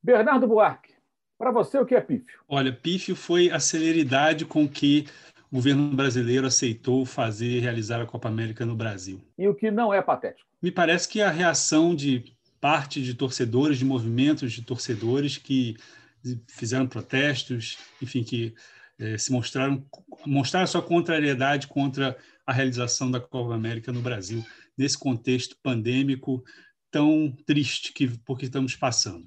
Bernardo Buarque, para você o que é pífio? Olha, pífio foi a celeridade com que o governo brasileiro aceitou fazer e realizar a Copa América no Brasil. E o que não é patético? Me parece que a reação de parte de torcedores, de movimentos de torcedores que fizeram protestos, enfim, que se mostraram sua contrariedade contra a realização da Copa América no Brasil, nesse contexto pandêmico tão triste por que estamos passando.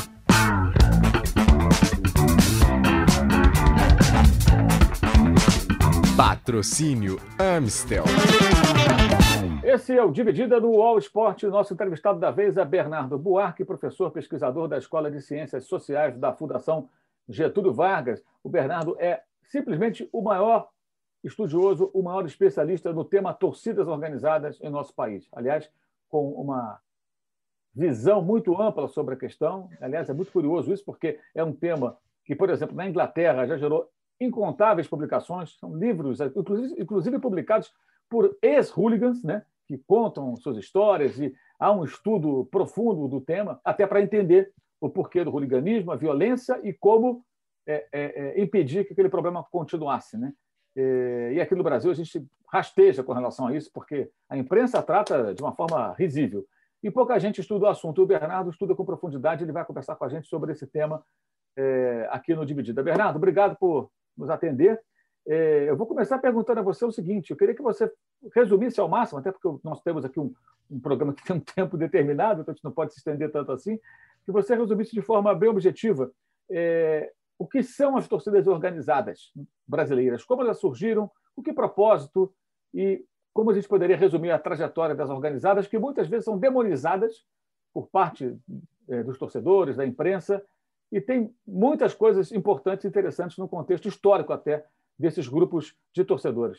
Patrocínio Amstel. Esse é o Dividida do UOL Esporte. Nosso entrevistado da vez é Bernardo Buarque, professor pesquisador da Escola de Ciências Sociais da Fundação Getúlio Vargas. O Bernardo é simplesmente o maior estudioso, o maior especialista no tema torcidas organizadas em nosso país. Aliás, com uma visão muito ampla sobre a questão. Aliás, é muito curioso isso, porque é um tema que, por exemplo, na Inglaterra já gerou incontáveis publicações, são livros, inclusive publicados por ex-hooligans, né, que contam suas histórias, e há um estudo profundo do tema, até para entender o porquê do hooliganismo, a violência e como impedir que aquele problema continuasse, né? E aqui no Brasil a gente rasteja com relação a isso, porque a imprensa trata de uma forma risível. E pouca gente estuda o assunto. O Bernardo estuda com profundidade, ele vai conversar com a gente sobre esse tema aqui no Dividida. Bernardo, obrigado por nos atender. Eu vou começar perguntando a você o seguinte: eu queria que você resumisse ao máximo, até porque nós temos aqui um programa que tem um tempo determinado, então a gente não pode se estender tanto assim, que você resumisse de forma bem objetiva o que são as torcidas organizadas brasileiras, como elas surgiram, com que propósito e como a gente poderia resumir a trajetória das organizadas, que muitas vezes são demonizadas por parte dos torcedores, da imprensa, e tem muitas coisas importantes e interessantes no contexto histórico até desses grupos de torcedores.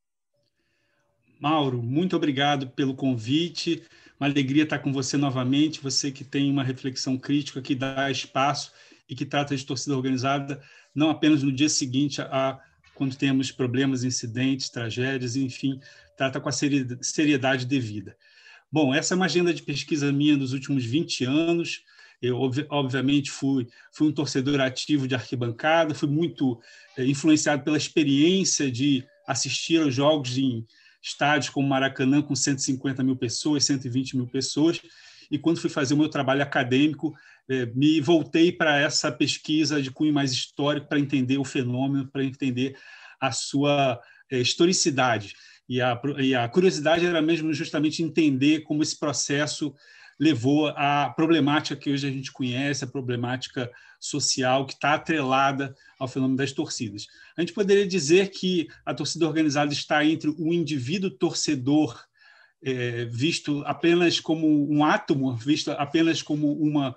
Mauro, muito obrigado pelo convite. Uma alegria estar com você novamente. Você que tem uma reflexão crítica, que dá espaço e que trata de torcida organizada, não apenas no dia seguinte quando temos problemas, incidentes, tragédias, enfim, trata com a seriedade devida. Bom, essa é uma agenda de pesquisa minha dos últimos 20 anos. Eu, obviamente, fui um torcedor ativo de arquibancada, fui muito influenciado pela experiência de assistir aos jogos em estádios como Maracanã, com 150 mil pessoas, 120 mil pessoas, e quando fui fazer o meu trabalho acadêmico, me voltei para essa pesquisa de cunho mais histórico, para entender o fenômeno, para entender a sua historicidade. E a curiosidade era mesmo justamente entender como esse processo levou à problemática que hoje a gente conhece, a problemática social que está atrelada ao fenômeno das torcidas. A gente poderia dizer que a torcida organizada está entre o indivíduo torcedor, visto apenas como um átomo, visto apenas como uma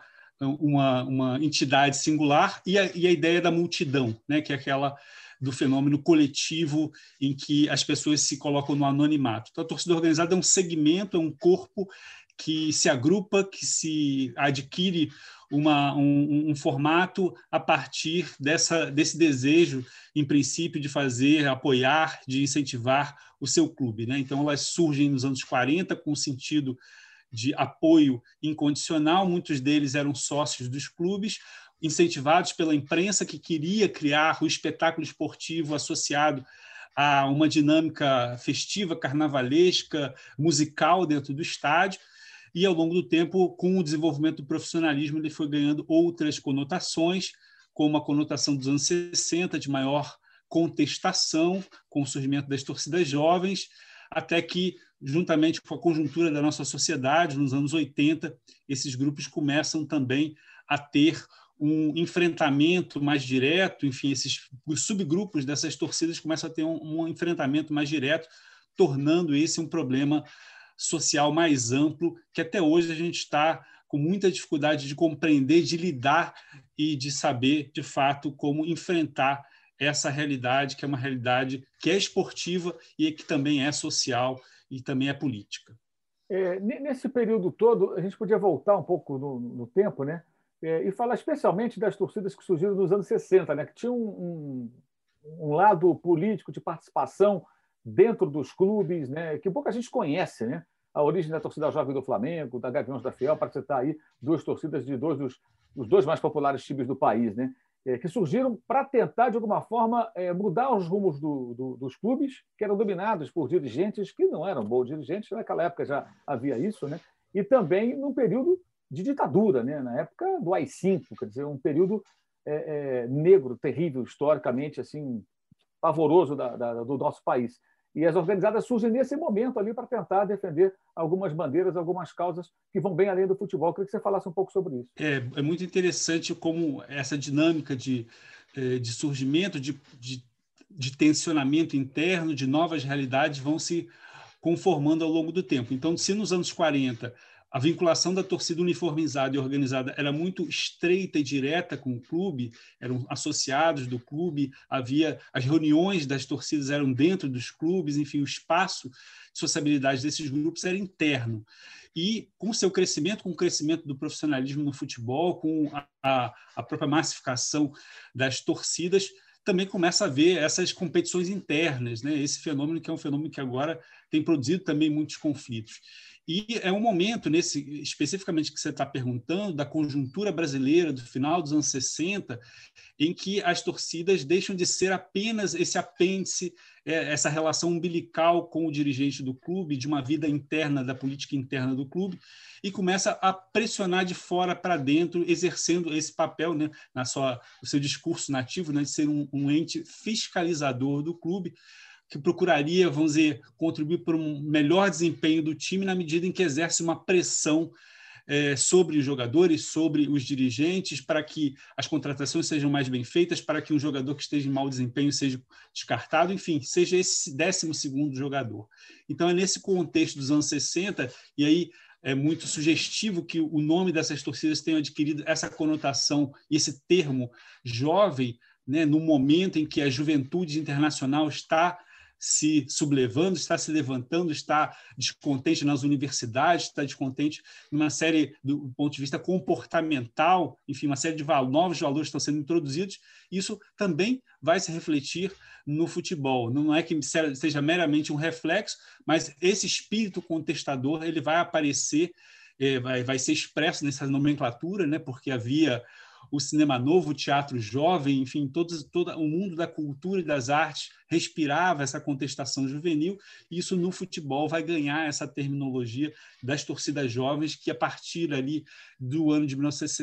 entidade singular, e a ideia da multidão, né, que é aquela do fenômeno coletivo em que as pessoas se colocam no anonimato. Então, a torcida organizada é um segmento, é um corpo que se agrupa, que se adquire um formato a partir desse desejo, em princípio, de fazer, apoiar, de incentivar o seu clube, né? Então, elas surgem nos anos 40 com o sentido de apoio incondicional, muitos deles eram sócios dos clubes, incentivados pela imprensa, que queria criar o espetáculo esportivo associado a uma dinâmica festiva, carnavalesca, musical dentro do estádio. E, ao longo do tempo, com o desenvolvimento do profissionalismo, ele foi ganhando outras conotações, como a conotação dos anos 60, de maior contestação, com o surgimento das torcidas jovens, até que, juntamente com a conjuntura da nossa sociedade, nos anos 80, esses grupos começam também a ter um enfrentamento mais direto, enfim, os subgrupos dessas torcidas começam a ter um enfrentamento mais direto, tornando esse um problema social mais amplo, que até hoje a gente está com muita dificuldade de compreender, de lidar e de saber, de fato, como enfrentar essa realidade, que é uma realidade que é esportiva e que também é social e também é política. Nesse período todo, a gente podia voltar um pouco no tempo, né? E falar especialmente das torcidas que surgiram nos anos 60, né? Que tinham um lado político de participação dentro dos clubes, né? Que pouca gente conhece, né? A origem da torcida jovem do Flamengo, da Gaviões da Fiel, para citar aí duas torcidas de dois os dois mais populares times do país, né? Que surgiram para tentar, de alguma forma, mudar os rumos dos clubes, que eram dominados por dirigentes que não eram bons dirigentes, naquela época já havia isso, né? E também num período de ditadura, né? Na época do AI-5, quer dizer, um período negro, terrível, historicamente, assim, pavoroso do nosso país. E as organizadas surgem nesse momento ali para tentar defender algumas bandeiras, algumas causas que vão bem além do futebol. Eu queria que você falasse um pouco sobre isso. É muito interessante como essa dinâmica de surgimento, de tensionamento interno, de novas realidades vão se conformando ao longo do tempo. Então, se nos anos 40 a vinculação da torcida uniformizada e organizada era muito estreita e direta com o clube, eram associados do clube, as reuniões das torcidas eram dentro dos clubes, enfim, o espaço de sociabilidade desses grupos era interno. E com o seu crescimento, com o crescimento do profissionalismo no futebol, com a própria massificação das torcidas, também começa a haver essas competições internas, né? Esse fenômeno que é um fenômeno que agora tem produzido também muitos conflitos. E é um momento, especificamente que você está perguntando, da conjuntura brasileira do final dos anos 60, em que as torcidas deixam de ser apenas esse apêndice, essa relação umbilical com o dirigente do clube, de uma vida interna, da política interna do clube, e começa a pressionar de fora para dentro, exercendo esse papel, né, no seu discurso nativo, né, de ser um ente fiscalizador do clube, que procuraria, vamos dizer, contribuir para um melhor desempenho do time na medida em que exerce uma pressão sobre os jogadores, sobre os dirigentes, para que as contratações sejam mais bem feitas, para que um jogador que esteja em mau desempenho seja descartado, enfim, seja esse 12º jogador. Então, é nesse contexto dos anos 60, e aí é muito sugestivo que o nome dessas torcidas tenha adquirido essa conotação, esse termo jovem, né, no momento em que a juventude internacional está se sublevando, está se levantando, está descontente nas universidades, está descontente numa série, do ponto de vista comportamental, enfim, uma série de novos valores estão sendo introduzidos. Isso também vai se refletir no futebol. Não é que seja meramente um reflexo, mas esse espírito contestador ele vai aparecer, vai ser expresso nessa nomenclatura, né, porque havia o cinema novo, o teatro jovem, enfim, todo o mundo da cultura e das artes respirava essa contestação juvenil, e isso no futebol vai ganhar essa terminologia das torcidas jovens, que a partir ali do ano de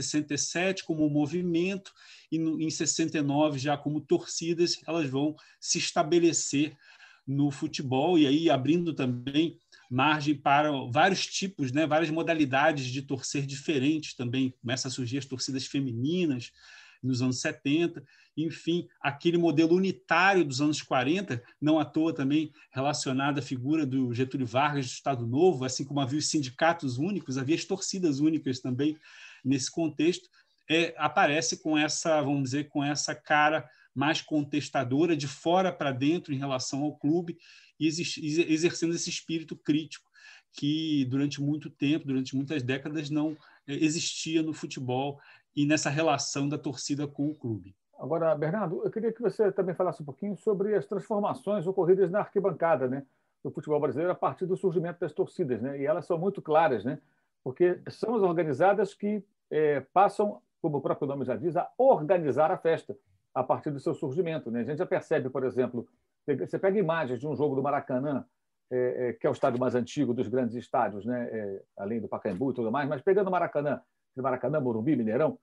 1967, como movimento, e em 69, já como torcidas, elas vão se estabelecer no futebol, e aí abrindo também margem para vários tipos, né, várias modalidades de torcer diferentes também. Começa a surgir as torcidas femininas nos anos 70, enfim, aquele modelo unitário dos anos 40, não à toa também relacionado à figura do Getúlio Vargas do Estado Novo, assim como havia os sindicatos únicos, havia as torcidas únicas também nesse contexto, aparece com essa, vamos dizer, com essa cara mais contestadora, de fora para dentro em relação ao clube, e exercendo esse espírito crítico que durante muito tempo, durante muitas décadas, não existia no futebol e nessa relação da torcida com o clube. Agora, Bernardo, eu queria que você também falasse um pouquinho sobre as transformações ocorridas na arquibancada, né, do futebol brasileiro a partir do surgimento das torcidas, né, e elas são muito claras, né, porque são as organizadas que passam, como o próprio nome já diz, a organizar a festa a partir do seu surgimento, né? A gente já percebe, por exemplo, você pega imagens de um jogo do Maracanã, que é o estádio mais antigo dos grandes estádios, né? Além do Pacaembu e tudo mais, mas pegando o Maracanã, Morumbi, Mineirão,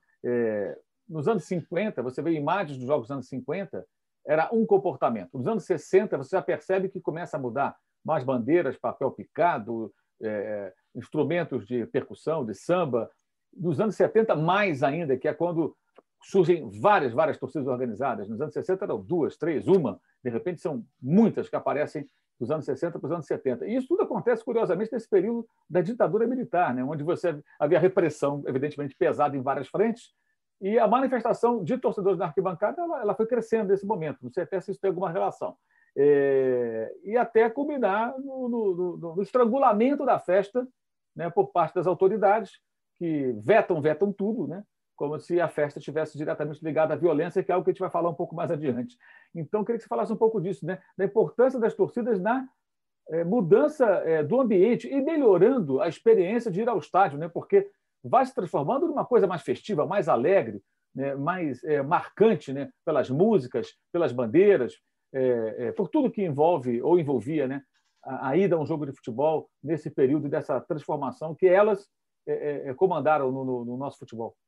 nos anos 50, você vê imagens dos jogos dos anos 50, era um comportamento. Nos anos 60, você já percebe que começa a mudar mais bandeiras, papel picado, instrumentos de percussão, de samba. Nos anos 70, mais ainda, que é quando surgem várias torcidas organizadas. Nos anos 60 eram 2, 3, uma. De repente são muitas que aparecem dos anos 60 para os anos 70. E isso tudo acontece, curiosamente, nesse período da ditadura militar, né? Onde havia repressão, evidentemente, pesada em várias frentes, e a manifestação de torcedores na arquibancada ela foi crescendo nesse momento. Não sei até se isso tem alguma relação. E até culminar no estrangulamento da festa, né, por parte das autoridades, que vetam tudo, né? Como se a festa estivesse diretamente ligada à violência, que é algo que a gente vai falar um pouco mais adiante. Então, eu queria que você falasse um pouco disso, né? Da importância das torcidas na mudança do ambiente e melhorando a experiência de ir ao estádio, né? Porque vai se transformando numa coisa mais festiva, mais alegre, né, mais marcante, né, pelas músicas, pelas bandeiras, por tudo que envolve ou envolvia, né, a ida a um jogo de futebol nesse período dessa transformação que elas comandaram no nosso futebol?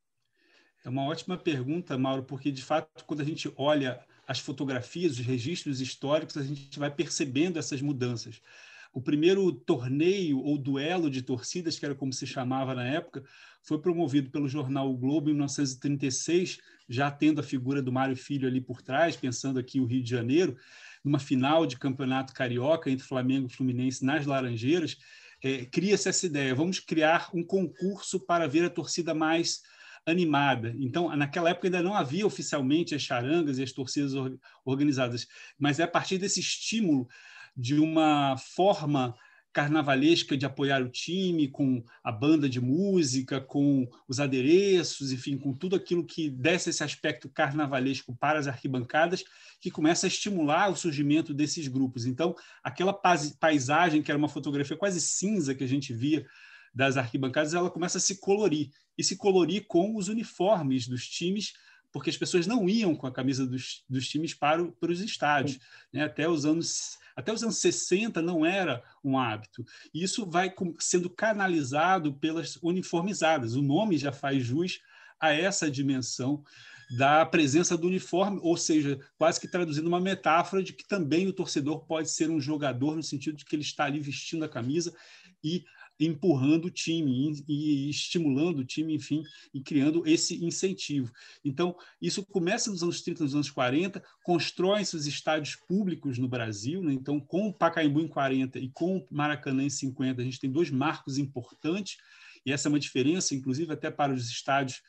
É uma ótima pergunta, Mauro, porque, de fato, quando a gente olha as fotografias, os registros históricos, a gente vai percebendo essas mudanças. O primeiro torneio ou duelo de torcidas, que era como se chamava na época, foi promovido pelo jornal O Globo em 1936, já tendo a figura do Mário Filho ali por trás, pensando aqui o Rio de Janeiro, numa final de campeonato carioca entre Flamengo e Fluminense nas Laranjeiras. Cria-se essa ideia, vamos criar um concurso para ver a torcida mais animada. Então, naquela época ainda não havia oficialmente as charangas e as torcidas organizadas, mas é a partir desse estímulo de uma forma carnavalesca de apoiar o time, com a banda de música, com os adereços, enfim, com tudo aquilo que desse esse aspecto carnavalesco para as arquibancadas, que começa a estimular o surgimento desses grupos. Então, aquela paisagem, que era uma fotografia quase cinza que a gente via das arquibancadas, ela começa a se colorir, e se colorir com os uniformes dos times, porque as pessoas não iam com a camisa dos times para os estádios. Né? Até os anos 60 não era um hábito. E isso vai sendo canalizado pelas uniformizadas. O nome já faz jus a essa dimensão da presença do uniforme, ou seja, quase que traduzindo uma metáfora de que também o torcedor pode ser um jogador, no sentido de que ele está ali vestindo a camisa e empurrando o time e estimulando o time, enfim, e criando esse incentivo. Então, isso começa nos anos 30, nos anos 40, constroem-se os estádios públicos no Brasil, né? Então, com o Pacaembu em 40 e com o Maracanã em 50, a gente tem dois marcos importantes, e essa é uma diferença, inclusive, até para os estádios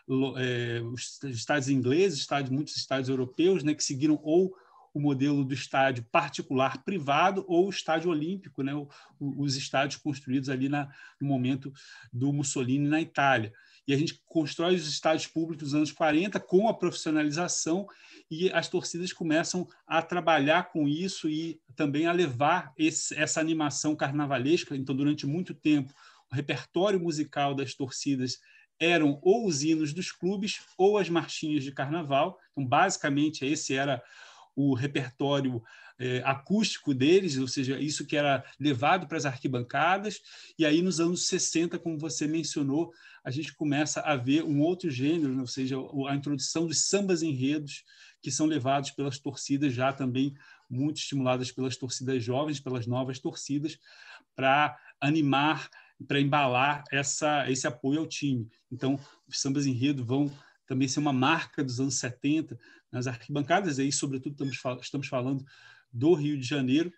os estádios ingleses, muitos estádios europeus, né, que seguiram ou o modelo do estádio particular privado ou o estádio olímpico, né, os estádios construídos ali no momento do Mussolini na Itália. E a gente constrói os estádios públicos nos anos 40 com a profissionalização, e as torcidas começam a trabalhar com isso e também a levar essa animação carnavalesca. Então, durante muito tempo, o repertório musical das torcidas eram ou os hinos dos clubes ou as marchinhas de carnaval. Então, basicamente, esse era o repertório acústico deles, ou seja, isso que era levado para as arquibancadas. E aí, nos anos 60, como você mencionou, a gente começa a ver um outro gênero, né? Ou seja, a introdução dos sambas enredos, que são levados pelas torcidas, já também muito estimuladas pelas torcidas jovens, pelas novas torcidas, para animar, para embalar esse apoio ao time. Então, os sambas enredo vão também ser uma marca dos anos 70 nas arquibancadas, aí, sobretudo, estamos falando do Rio de Janeiro,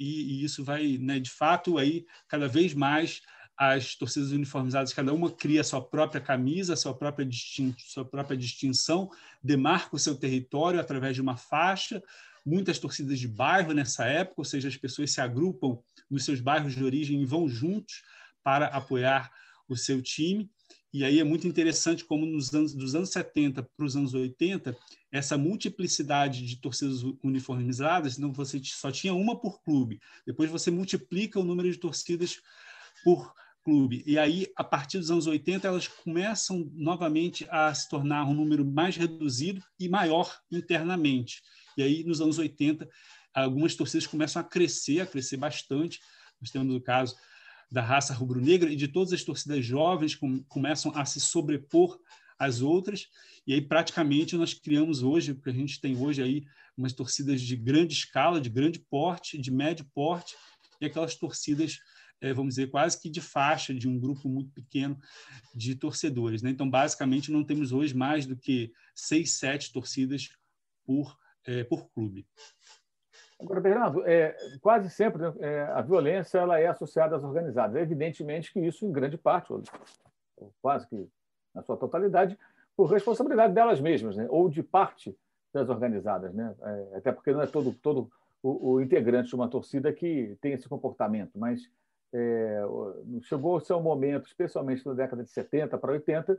e isso vai, né, de fato, aí, cada vez mais as torcidas uniformizadas, cada uma cria a sua própria camisa, a sua própria distinção, demarca o seu território através de uma faixa. Muitas torcidas de bairro nessa época, ou seja, as pessoas se agrupam nos seus bairros de origem e vão juntos para apoiar o seu time. E aí é muito interessante como dos anos 70 para os anos 80, essa multiplicidade de torcidas uniformizadas, não, você só tinha uma por clube. Depois você multiplica o número de torcidas por clube. E aí, a partir dos anos 80, elas começam novamente a se tornar um número mais reduzido e maior internamente. E aí, nos anos 80, algumas torcidas começam a crescer bastante. Nós temos o caso da raça rubro-negra e de todas as torcidas jovens começam a se sobrepor às outras, e aí praticamente nós criamos hoje, porque a gente tem hoje aí umas torcidas de grande escala, de grande porte, de médio porte, e aquelas torcidas, vamos dizer, quase que de faixa, de um grupo muito pequeno de torcedores, né? Então, basicamente, não temos hoje mais do que 6, 7 torcidas por clube. Agora, Bernardo, quase sempre, né, a violência ela é associada às organizadas. Evidentemente que isso, em grande parte, ou quase que na sua totalidade, por responsabilidade delas mesmas, né, ou de parte das organizadas, né? Até porque não é todo o integrante de uma torcida que tem esse comportamento, mas chegou-se a um momento, especialmente na década de 70 para 80,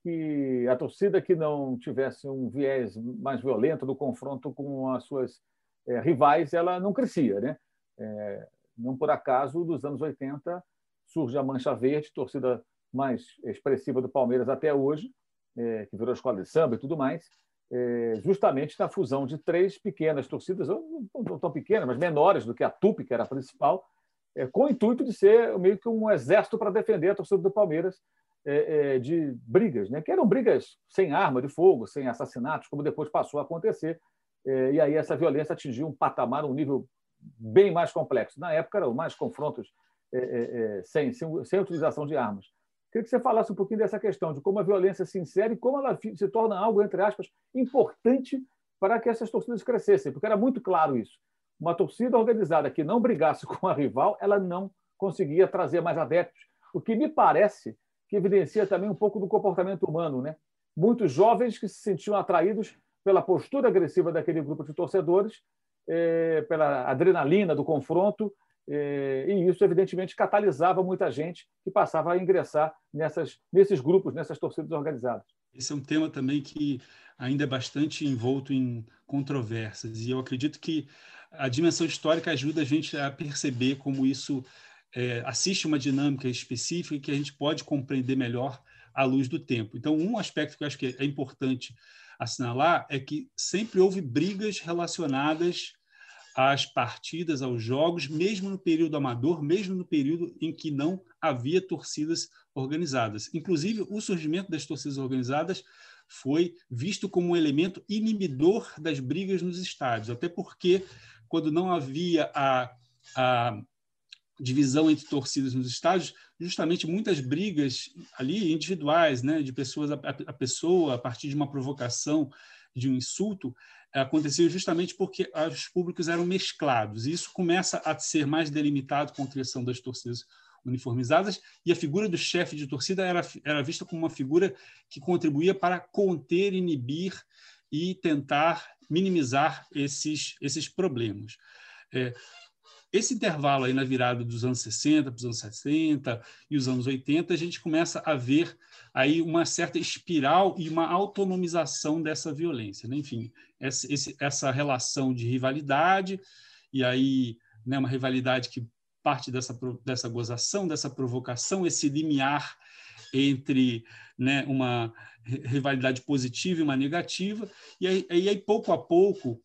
que a torcida que não tivesse um viés mais violento do confronto com as suas rivais, ela não crescia, né? Não por acaso, dos anos 80, surge a Mancha Verde, torcida mais expressiva do Palmeiras até hoje, que virou escola de samba e tudo mais, justamente na fusão de 3 pequenas torcidas, não tão pequenas, mas menores do que a Tupi, que era a principal, com o intuito de ser meio que um exército para defender a torcida do Palmeiras de brigas, né? Que eram brigas sem arma de fogo, sem assassinatos, como depois passou a acontecer. E aí essa violência atingiu um patamar, um nível bem mais complexo. Na época, eram mais confrontos sem utilização de armas. Queria que você falasse um pouquinho dessa questão, de como a violência se insere e como ela se torna algo, entre aspas, importante para que essas torcidas crescessem, porque era muito claro isso. Uma torcida organizada que não brigasse com a rival, ela não conseguia trazer mais adeptos, o que me parece que evidencia também um pouco do comportamento humano, né? Muitos jovens que se sentiam atraídos pela postura agressiva daquele grupo de torcedores, pela adrenalina do confronto, e isso, evidentemente, catalisava muita gente que passava a ingressar nesses grupos, nessas torcidas organizadas. Esse é um tema também que ainda é bastante envolto em controvérsias, e eu acredito que a dimensão histórica ajuda a gente a perceber como isso assiste uma dinâmica específica e que a gente pode compreender melhor à luz do tempo. Então, um aspecto que eu acho que é importante assinalar é que sempre houve brigas relacionadas às partidas, aos jogos, mesmo no período amador, mesmo no período em que não havia torcidas organizadas. Inclusive, o surgimento das torcidas organizadas foi visto como um elemento inibidor das brigas nos estádios, até porque, quando não havia a divisão entre torcidas nos estádios, justamente muitas brigas ali individuais, né, de pessoas a pessoa, a partir de uma provocação, de um insulto, aconteceu justamente porque os públicos eram mesclados. E isso começa a ser mais delimitado com a criação das torcidas uniformizadas, e a figura do chefe de torcida era vista como uma figura que contribuía para conter, inibir e tentar minimizar esses problemas. Esse intervalo aí na virada dos anos 60 para os anos 70 e os anos 80, a gente começa a ver aí uma certa espiral e uma autonomização dessa violência, né? Enfim, essa relação de rivalidade, e aí, né, uma rivalidade que parte dessa gozação, dessa provocação, esse limiar entre, né, uma rivalidade positiva e uma negativa, e aí pouco a pouco,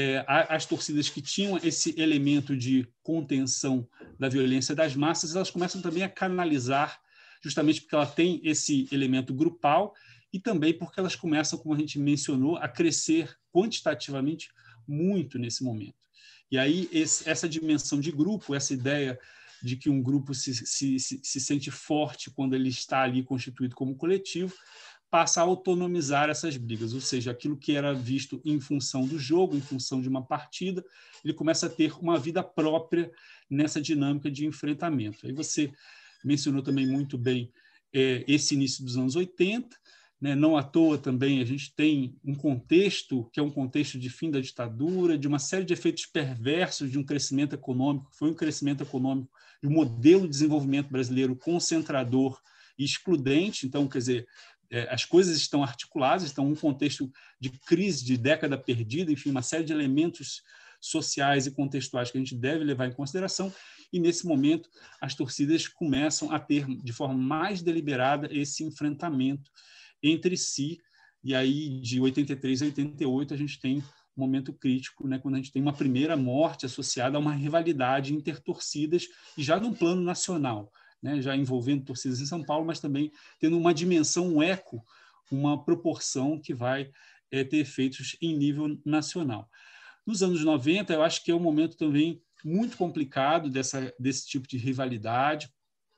as torcidas que tinham esse elemento de contenção da violência das massas, elas começam também a canalizar, justamente porque ela tem esse elemento grupal e também porque elas começam, como a gente mencionou, a crescer quantitativamente muito nesse momento. E aí essa dimensão de grupo, essa ideia de que um grupo se sente forte quando ele está ali constituído como coletivo, passa a autonomizar essas brigas, ou seja, aquilo que era visto em função do jogo, em função de uma partida, ele começa a ter uma vida própria nessa dinâmica de enfrentamento. Aí você mencionou também muito bem esse início dos anos 80, né? Não à toa também a gente tem um contexto que é um contexto de fim da ditadura, de uma série de efeitos perversos de um crescimento econômico, foi um crescimento econômico de um modelo de desenvolvimento brasileiro concentrador e excludente. Então, quer dizer, as coisas estão articuladas, estão em um contexto de crise, de década perdida, enfim, uma série de elementos sociais e contextuais que a gente deve levar em consideração, e nesse momento as torcidas começam a ter de forma mais deliberada esse enfrentamento entre si, e aí de 83 a 88 a gente tem um momento crítico, né, quando a gente tem uma primeira morte associada a uma rivalidade intertorcidas, e já num plano nacional, né, já envolvendo torcidas em São Paulo, mas também tendo uma dimensão, um eco, uma proporção que vai ter efeitos em nível nacional. Nos anos 90, eu acho que é um momento também muito complicado desse tipo de rivalidade.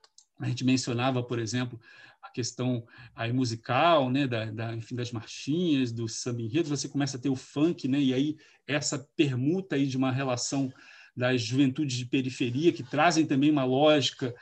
A gente mencionava, por exemplo, a questão aí musical, né, enfim, das marchinhas, do samba enredo. Você começa a ter o funk, né, e aí essa permuta aí de uma relação das juventudes de periferia que trazem também uma lógica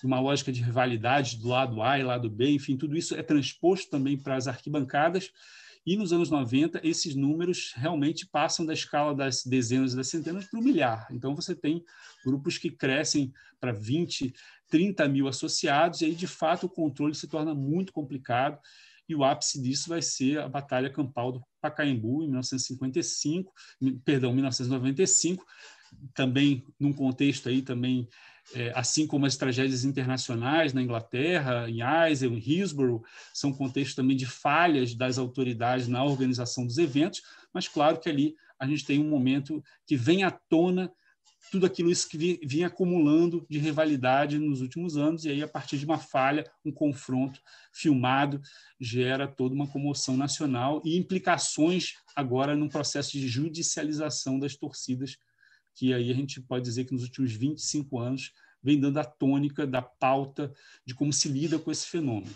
de rivalidade do lado A e lado B, enfim, tudo isso é transposto também para as arquibancadas, e nos anos 90 esses números realmente passam da escala das dezenas e das centenas para o milhar. Então você tem grupos que crescem para 20, 30 mil associados, e aí de fato o controle se torna muito complicado, e o ápice disso vai ser a Batalha Campal do Pacaembu, em 1995, também num contexto aí também assim como as tragédias internacionais na Inglaterra, em Eisel, em Hillsborough, são contextos também de falhas das autoridades na organização dos eventos, mas claro que ali a gente tem um momento que vem à tona tudo aquilo isso que vinha acumulando de rivalidade nos últimos anos, e aí, a partir de uma falha, um confronto filmado gera toda uma comoção nacional e implicações agora num processo de judicialização das torcidas, que aí a gente pode dizer que nos últimos 25 anos vem dando a tônica da pauta de como se lida com esse fenômeno.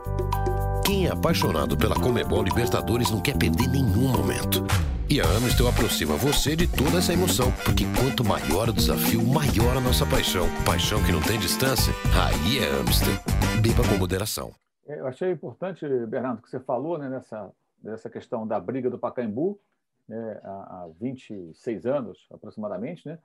Quem é apaixonado pela Conmebol Libertadores não quer perder nenhum momento. E a Amstel aproxima você de toda essa emoção, porque quanto maior o desafio, maior a nossa paixão. Paixão que não tem distância, aí é Amstel. Beba com moderação. Eu achei importante, Bernardo, que você falou, né, nessa questão da briga do Pacaembu, né, há 26 anos aproximadamente, né,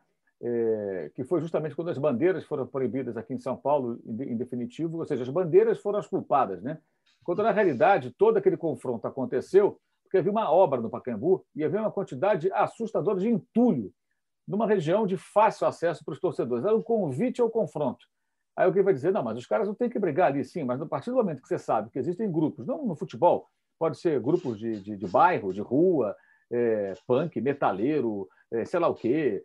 que foi justamente quando as bandeiras foram proibidas aqui em São Paulo, em definitivo, ou seja, as bandeiras foram as culpadas, né? Quando, na realidade, todo aquele confronto aconteceu porque havia uma obra no Pacaembu e havia uma quantidade assustadora de entulho numa região de fácil acesso para os torcedores. Era um convite ao confronto. Aí alguém vai dizer, não, mas os caras não têm que brigar ali, sim, mas a partir do momento que você sabe que existem grupos, não no futebol, pode ser grupos de bairro, de rua, punk, metaleiro, sei lá o quê,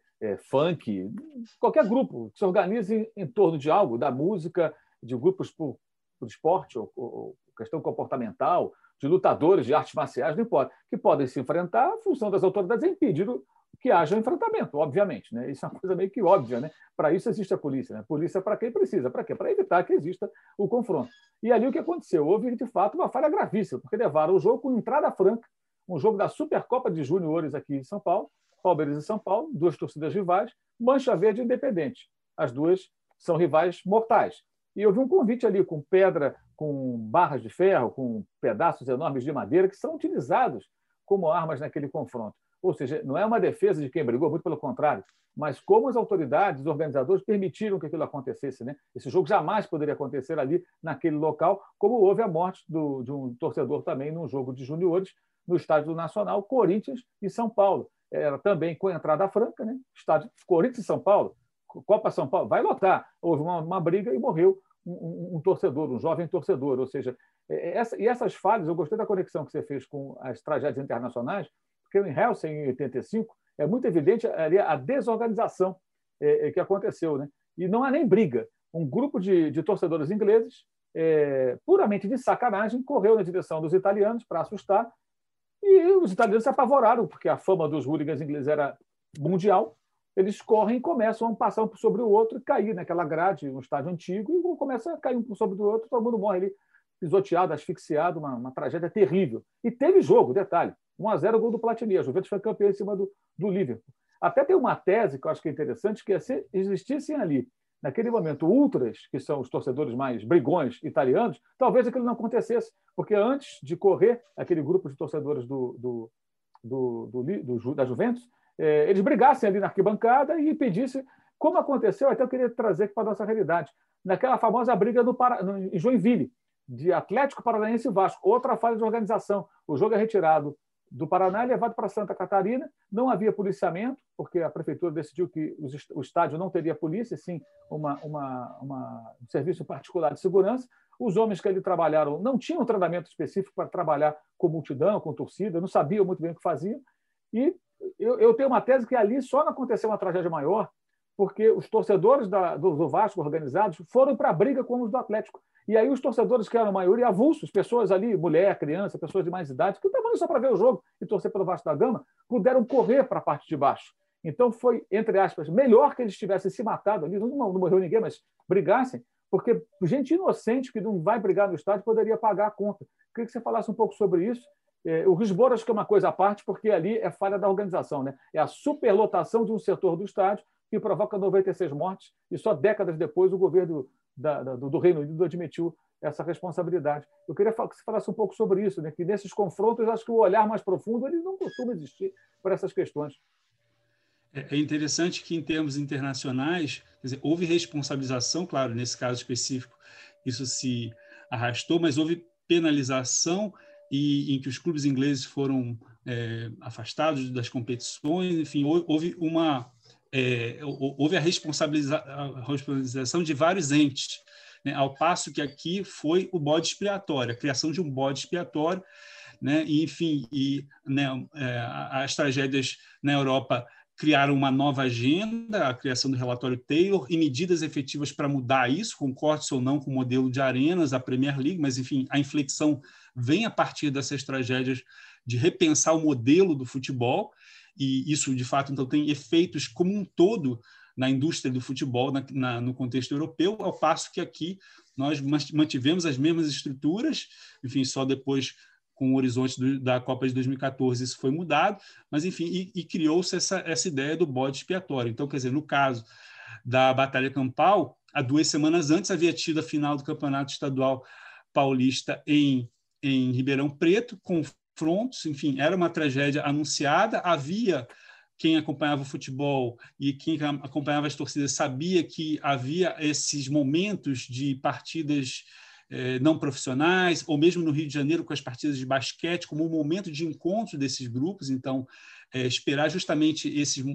funk, qualquer grupo que se organize em torno de algo, da música, de grupos por esporte ou questão comportamental, de lutadores de artes marciais, não importa, que podem se enfrentar, a função das autoridades é impedir que haja um enfrentamento, obviamente. Né? Isso é uma coisa meio que óbvia. Né? Para isso existe a polícia. Né? Polícia para quem precisa. Para quê? Para evitar que exista o confronto. E ali o que aconteceu? Houve, de fato, uma falha gravíssima, porque levaram o jogo com entrada franca, um jogo da Supercopa de Juniores aqui em São Paulo, Palmeiras e São Paulo, duas torcidas rivais, Mancha Verde e Independente. As duas são rivais mortais. E eu vi um convite ali com pedra, com barras de ferro, com pedaços enormes de madeira que são utilizados como armas naquele confronto. Ou seja, não é uma defesa de quem brigou, muito pelo contrário, mas como as autoridades, os organizadores permitiram que aquilo acontecesse. Né? Esse jogo jamais poderia acontecer ali naquele local, como houve a morte de um torcedor também num jogo de juniores no Estádio do Nacional, Corinthians e São Paulo. Era também com entrada franca, né? Estádio Corinthians e São Paulo, Copa São Paulo, vai lotar. Houve uma briga e morreu um torcedor, um jovem torcedor. Ou seja, essas falhas, eu gostei da conexão que você fez com as tragédias internacionais, porque em Helsinki, em 85, é muito evidente ali a desorganização que aconteceu. Né? E não há nem briga. Um grupo de torcedores ingleses, puramente de sacanagem, correu na direção dos italianos para assustar, e os italianos se apavoraram, porque a fama dos hooligans ingleses era mundial. Eles correm e começam a passar um sobre o outro e cair naquela grade, um estádio antigo, e começa a cair um sobre o outro, todo mundo morre ali, pisoteado, asfixiado, uma tragédia terrível. E teve jogo, detalhe, 1-0 gol do Platini, a Juventus foi campeã em cima do Liverpool. Até tem uma tese que eu acho que é interessante, que é se existissem ali, naquele momento, ultras, que são os torcedores mais brigões italianos, talvez aquilo não acontecesse, porque antes de correr aquele grupo de torcedores da Juventus, eles brigassem ali na arquibancada e impedissem, como aconteceu, até eu queria trazer para a nossa realidade, naquela famosa briga em Joinville, de Atlético Paranaense e Vasco, outra falha de organização. O jogo é retirado do Paraná e levado para Santa Catarina, não havia policiamento, porque a prefeitura decidiu que o estádio não teria polícia, sim um serviço particular de segurança. Os homens que ali trabalharam não tinham treinamento específico para trabalhar com multidão, com torcida, não sabiam muito bem o que faziam, e eu tenho uma tese que ali só não aconteceu uma tragédia maior porque os torcedores do Vasco organizados foram para a briga com os do Atlético. E aí os torcedores, que eram a maioria, avulsos, pessoas ali, mulher, criança, pessoas de mais idade, que estavam só para ver o jogo e torcer pelo Vasco da Gama, puderam correr para a parte de baixo. Então foi, entre aspas, melhor que eles tivessem se matado ali, não morreu ninguém, mas brigassem, porque gente inocente que não vai brigar no estádio poderia pagar a conta. Queria que você falasse um pouco sobre isso. O Lisboa acho que é uma coisa à parte, porque ali é falha da organização. Né? É a superlotação de um setor do estádio que provoca 96 mortes, e só décadas depois o governo do Reino Unido admitiu essa responsabilidade. Eu queria que você falasse um pouco sobre isso, né? Que nesses confrontos, acho que o olhar mais profundo ele não costuma existir para essas questões. É interessante que, em termos internacionais, quer dizer, houve responsabilização, claro, nesse caso específico, isso se arrastou, mas houve penalização em que os clubes ingleses foram afastados das competições, enfim, houve uma houve a responsabilização de vários entes, né? Ao passo que aqui foi o bode expiatório, a criação de um bode expiatório, né? E, enfim, né, as tragédias na Europa criaram uma nova agenda, a criação do relatório Taylor e medidas efetivas para mudar isso, concorde ou não com o modelo de arenas da Premier League, mas, enfim, a inflexão vem a partir dessas tragédias de repensar o modelo do futebol, e isso, de fato, então, tem efeitos como um todo na indústria do futebol no contexto europeu, ao passo que aqui nós mantivemos as mesmas estruturas, enfim, só depois, com o horizonte da Copa de 2014, isso foi mudado, mas, enfim, e criou-se essa ideia do bode expiatório. Então, quer dizer, no caso da Batalha Campal, há 2 semanas antes havia tido a final do Campeonato Estadual Paulista em Ribeirão Preto, confrontos, enfim, era uma tragédia anunciada, havia quem acompanhava o futebol e quem acompanhava as torcidas sabia que havia esses momentos de partidas não profissionais, ou mesmo no Rio de Janeiro com as partidas de basquete, como um momento de encontro desses grupos. Então, esperar justamente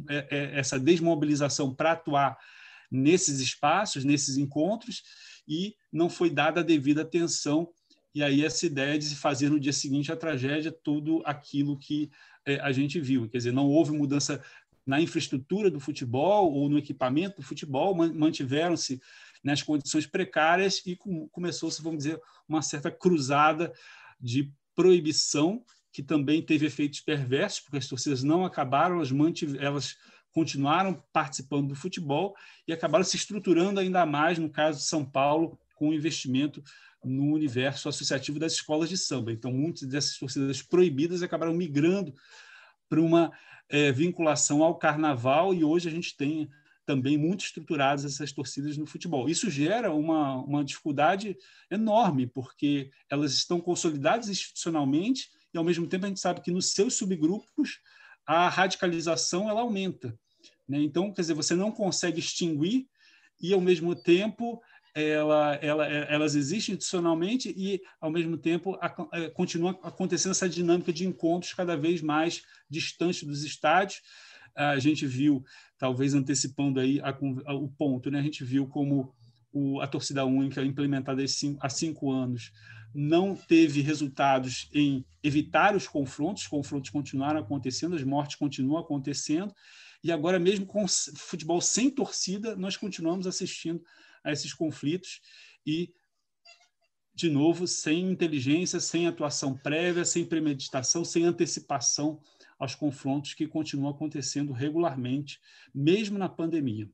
essa desmobilização para atuar nesses espaços, nesses encontros, e não foi dada a devida atenção. E aí essa ideia de se fazer no dia seguinte a tragédia, tudo aquilo que a gente viu. Quer dizer, não houve mudança na infraestrutura do futebol ou no equipamento do futebol, mantiveram-se nas condições precárias e começou-se, vamos dizer, uma certa cruzada de proibição, que também teve efeitos perversos, porque as torcidas não acabaram, elas continuaram participando do futebol e acabaram se estruturando ainda mais, no caso de São Paulo, com o investimento no universo associativo das escolas de samba. Então, muitas dessas torcidas proibidas acabaram migrando para uma vinculação ao carnaval, e hoje a gente tem também muito estruturadas essas torcidas no futebol. Isso gera uma dificuldade enorme, porque elas estão consolidadas institucionalmente e, ao mesmo tempo, a gente sabe que nos seus subgrupos a radicalização ela aumenta, né? Então, quer dizer, você não consegue extinguir e, ao mesmo tempo, elas existem institucionalmente e, ao mesmo tempo, continua acontecendo essa dinâmica de encontros cada vez mais distantes dos estádios. A gente viu, talvez antecipando aí o ponto, né? A gente viu como a torcida única implementada há 5 anos não teve resultados em evitar os confrontos continuaram acontecendo, as mortes continuam acontecendo, e agora mesmo com futebol sem torcida, nós continuamos assistindo a esses conflitos e, de novo, sem inteligência, sem atuação prévia, sem premeditação, sem antecipação aos confrontos que continuam acontecendo regularmente, mesmo na pandemia.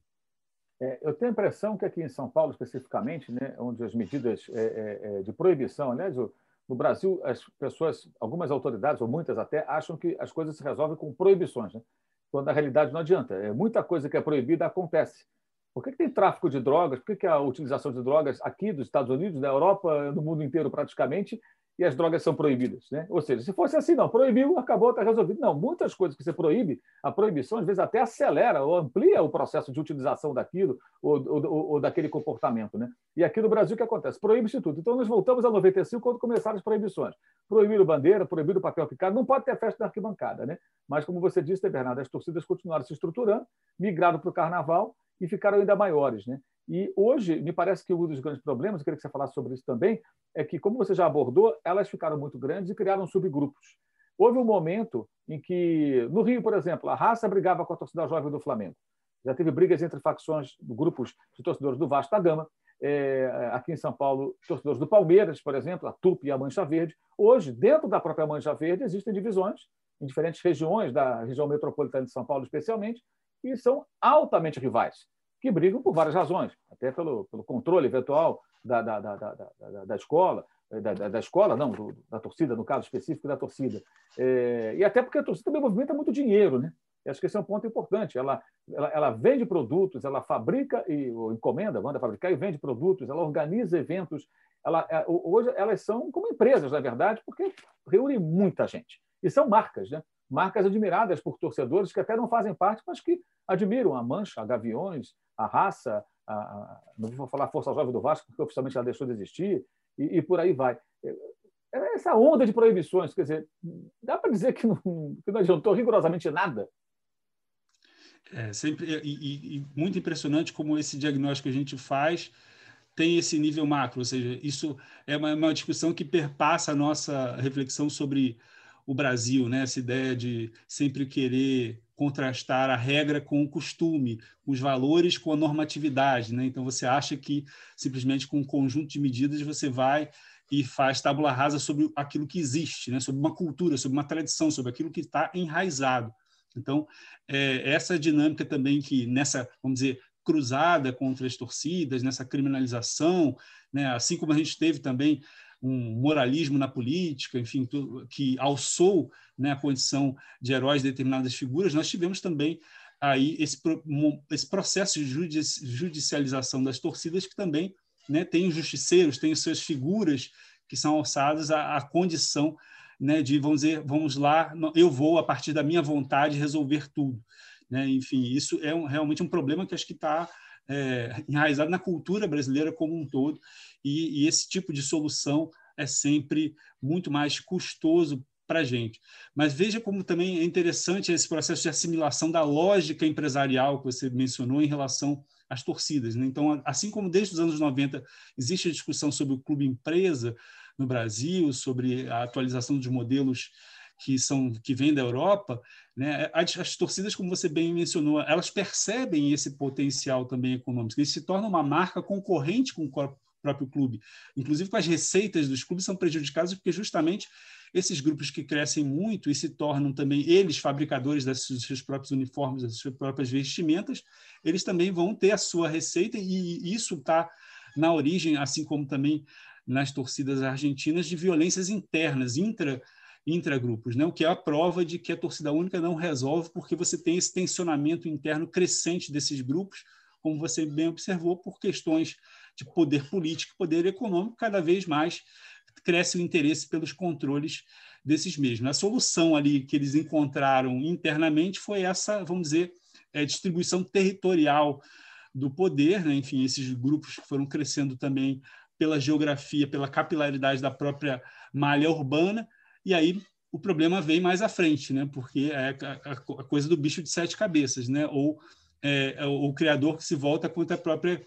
Eu tenho a impressão que aqui em São Paulo, especificamente, né, onde as medidas de proibição, aliás, no Brasil, as pessoas, algumas autoridades, ou muitas até, acham que as coisas se resolvem com proibições, né? Quando na realidade não adianta. Muita coisa que é proibida acontece. Por que tem tráfico de drogas? Por que a utilização de drogas aqui dos Estados Unidos, da Europa, no mundo inteiro praticamente, e as drogas são proibidas, né? Ou seja, se fosse assim, não, proibiu, acabou, está resolvido. Não, muitas coisas que você proíbe, a proibição às vezes até acelera ou amplia o processo de utilização daquilo ou daquele comportamento, né? E aqui no Brasil o que acontece? Proíbe-se tudo. Então nós voltamos a 95, quando começaram as proibições. Proibiram bandeira, proibiram papel picado, não pode ter festa na arquibancada, né? Mas, como você disse, Bernardo, as torcidas continuaram se estruturando, migraram para o carnaval e ficaram ainda maiores, né? E hoje, me parece que um dos grandes problemas, eu queria que você falasse sobre isso também, é que, como você já abordou, elas ficaram muito grandes e criaram subgrupos. Houve um momento em que, no Rio, por exemplo, a Raça brigava com a torcida jovem do Flamengo. Já teve brigas entre facções, grupos de torcedores do Vasco da Gama. Aqui em São Paulo, torcedores do Palmeiras, por exemplo, a Tupi e a Mancha Verde. Hoje, dentro da própria Mancha Verde, existem divisões em diferentes regiões, da região metropolitana de São Paulo especialmente, e são altamente rivais, que brigam por várias razões, até pelo controle eventual da escola, da torcida, no caso específico da torcida. E até porque a torcida também movimenta muito dinheiro, né? Eu acho que esse é um ponto importante. Ela vende produtos, ela fabrica ou encomenda, manda fabricar e vende produtos, ela organiza eventos. Hoje elas são como empresas, na verdade, porque reúnem muita gente. E são marcas, né? Marcas admiradas por torcedores que até não fazem parte, mas que admiram a Mancha, a Gaviões, a Raça, não vou falar Força Jovem do Vasco, porque oficialmente ela deixou de existir, e por aí vai. Essa onda de proibições, quer dizer, dá para dizer que não adiantou rigorosamente nada? sempre e muito impressionante como esse diagnóstico que a gente faz tem esse nível macro, ou seja, isso é uma discussão que perpassa a nossa reflexão sobre o Brasil, né? Essa ideia de sempre querer contrastar a regra com o costume, os valores com a normatividade, né? Então, você acha que simplesmente com um conjunto de medidas você vai e faz tábula rasa sobre aquilo que existe, né? Sobre uma cultura, sobre uma tradição, sobre aquilo que está enraizado. Então, essa dinâmica também que nessa, vamos dizer, cruzada contra as torcidas, nessa criminalização, né? Assim como a gente teve também um moralismo na política, enfim, que alçou, né, a condição de heróis de determinadas figuras, nós tivemos também aí esse processo de judicialização das torcidas que também, né, tem os justiceiros, tem as suas figuras que são alçadas à condição, né, de, vamos dizer, vamos lá, eu vou, a partir da minha vontade, resolver tudo. Né? Enfim, isso é realmente um problema que acho que está enraizado na cultura brasileira como um todo, e esse tipo de solução é sempre muito mais custoso para a gente. Mas veja como também é interessante esse processo de assimilação da lógica empresarial que você mencionou em relação às torcidas. Né? Então, assim como desde os anos 90 existe a discussão sobre o clube empresa no Brasil, sobre a atualização dos modelos que vêm da Europa, né? As torcidas, como você bem mencionou, elas percebem esse potencial também econômico, eles se tornam uma marca concorrente com o próprio clube. Inclusive, com as receitas dos clubes são prejudicadas porque justamente esses grupos que crescem muito e se tornam também eles fabricadores dos seus próprios uniformes, das suas próprias vestimentas, eles também vão ter a sua receita, e isso está na origem, assim como também nas torcidas argentinas, de violências internas, intragrupos, né? O que é a prova de que a torcida única não resolve, porque você tem esse tensionamento interno crescente desses grupos, como você bem observou, por questões de poder político, poder econômico, cada vez mais cresce o interesse pelos controles desses mesmos. A solução ali que eles encontraram internamente foi essa, vamos dizer, distribuição territorial do poder, né? Enfim, esses grupos foram crescendo também pela geografia, pela capilaridade da própria malha urbana, e aí o problema vem mais à frente, né? Porque é a coisa do bicho de 7 cabeças, né? Ou o criador que se volta contra a própria...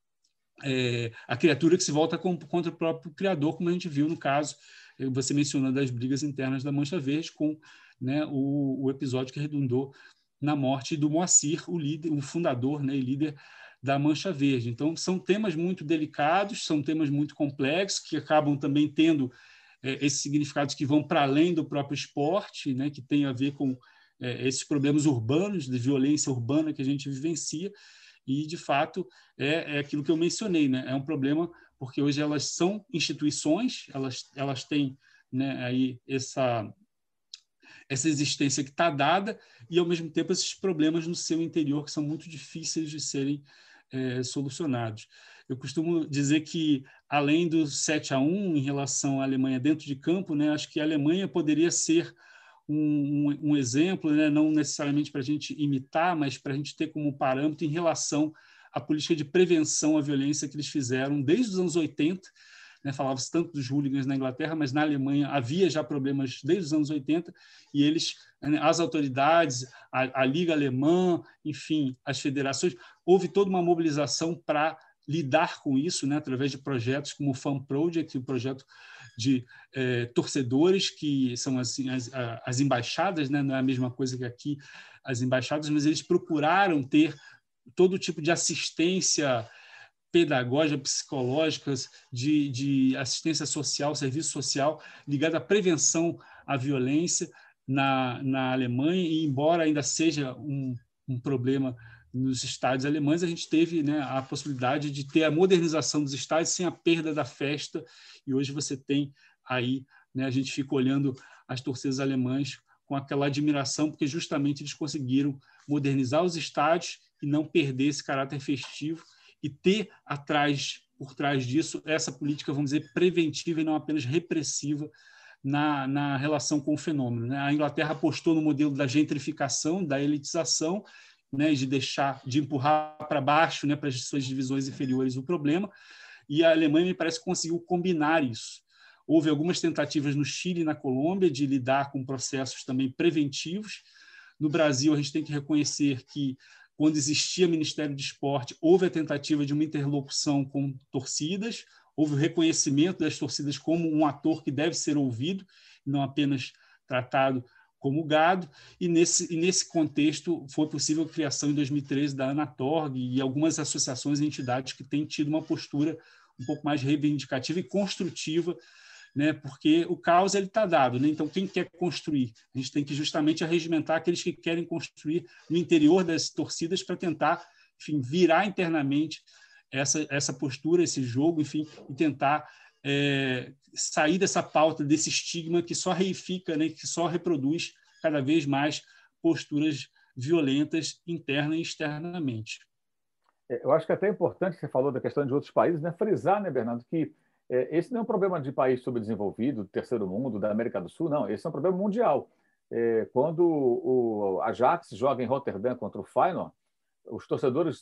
a criatura que se volta contra o próprio criador, como a gente viu no caso, você mencionando as brigas internas da Mancha Verde, com, né, o episódio que redundou na morte do Moacir, o fundador, né, e líder da Mancha Verde. Então, são temas muito delicados, são temas muito complexos, que acabam também tendo esses significados que vão para além do próprio esporte, né, que tem a ver com esses problemas urbanos, de violência urbana que a gente vivencia, e, de fato, é aquilo que eu mencionei, né? É um problema porque hoje elas são instituições, elas têm, né, aí essa existência que está dada, e, ao mesmo tempo, esses problemas no seu interior que são muito difíceis de serem solucionados. Eu costumo dizer que, além do 7-1 em relação à Alemanha dentro de campo, né, acho que a Alemanha poderia ser um exemplo, né, não necessariamente para a gente imitar, mas para a gente ter como parâmetro em relação à política de prevenção à violência que eles fizeram desde os anos 80. Né, falava-se tanto dos hooligans na Inglaterra, mas na Alemanha havia já problemas desde os anos 80, e eles, as autoridades, a Liga Alemã, enfim, as federações, houve toda uma mobilização para lidar com isso, né, através de projetos como o Fan Project, o projeto de torcedores, que são assim, as embaixadas, né, não é a mesma coisa que aqui as embaixadas, mas eles procuraram ter todo tipo de assistência pedagógica, psicológicas, de assistência social, serviço social, ligado à prevenção à violência na Alemanha, e embora ainda seja um problema nos estádios alemães, a gente teve, né, a possibilidade de ter a modernização dos estádios sem a perda da festa, e hoje você tem aí, né, a gente fica olhando as torcidas alemãs com aquela admiração, porque justamente eles conseguiram modernizar os estádios e não perder esse caráter festivo, e ter por trás disso, essa política, vamos dizer, preventiva e não apenas repressiva na relação com o fenômeno. Né? A Inglaterra apostou no modelo da gentrificação, da elitização, né, de empurrar para baixo, né, para as suas divisões inferiores o problema, e a Alemanha, me parece, conseguiu combinar isso. Houve algumas tentativas no Chile e na Colômbia de lidar com processos também preventivos. No Brasil, a gente tem que reconhecer que, quando existia Ministério de Esporte, houve a tentativa de uma interlocução com torcidas, houve o reconhecimento das torcidas como um ator que deve ser ouvido, não apenas tratado como gado, e nesse contexto foi possível a criação em 2013 da Anatorg e algumas associações e entidades que têm tido uma postura um pouco mais reivindicativa e construtiva, né, porque o caos está dado, né? Então, quem quer construir? A gente tem que justamente arregimentar aqueles que querem construir no interior das torcidas para tentar, enfim, virar internamente essa postura, esse jogo, enfim, e tentar sair dessa pauta, desse estigma que só reifica, né, que só reproduz cada vez mais posturas violentas interna e externamente. Eu acho que é até importante, você falou da questão de outros países, né, frisar, né, Bernardo, que esse não é um problema de país subdesenvolvido, do terceiro mundo, da América do Sul, não. Esse é um problema mundial. Quando o Ajax joga em Roterdã contra o Feyenoord, os torcedores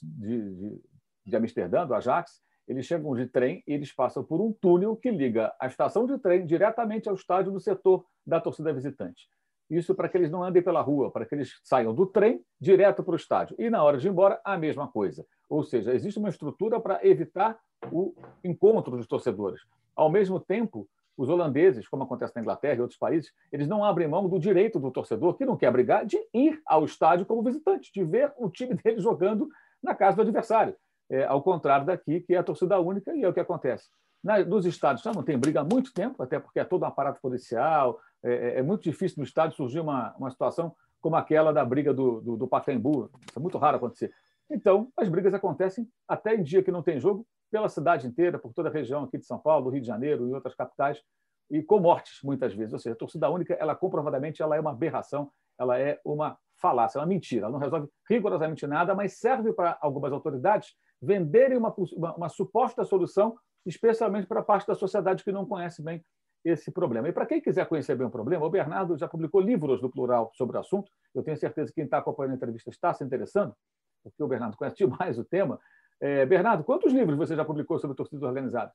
de Amsterdã, do Ajax, eles chegam de trem e eles passam por um túnel que liga a estação de trem diretamente ao estádio do setor da torcida visitante. Isso para que eles não andem pela rua, para que eles saiam do trem direto para o estádio. E na hora de ir embora, a mesma coisa. Ou seja, existe uma estrutura para evitar o encontro dos torcedores. Ao mesmo tempo, os holandeses, como acontece na Inglaterra e outros países, eles não abrem mão do direito do torcedor, que não quer brigar, de ir ao estádio como visitante, de ver o time dele jogando na casa do adversário. Ao contrário daqui, que é a torcida única, e é o que acontece. Nos estádios já não tem briga há muito tempo, até porque é todo um aparato policial, é muito difícil no estádio surgir uma situação como aquela da briga do Pacaembu. Isso é muito raro acontecer. Então, as brigas acontecem até em dia que não tem jogo, pela cidade inteira, por toda a região aqui de São Paulo, Rio de Janeiro e outras capitais, e com mortes, muitas vezes. Ou seja, a torcida única, ela comprovadamente, ela é uma aberração, ela é uma falácia, é uma mentira. Ela não resolve rigorosamente nada, mas serve para algumas autoridades venderem uma suposta solução, especialmente para a parte da sociedade que não conhece bem esse problema. E para quem quiser conhecer bem o problema, o Bernardo já publicou livros no plural sobre o assunto. Eu tenho certeza que quem está acompanhando a entrevista está se interessando, porque o Bernardo conhece demais o tema. Bernardo, quantos livros você já publicou sobre torcidas organizadas?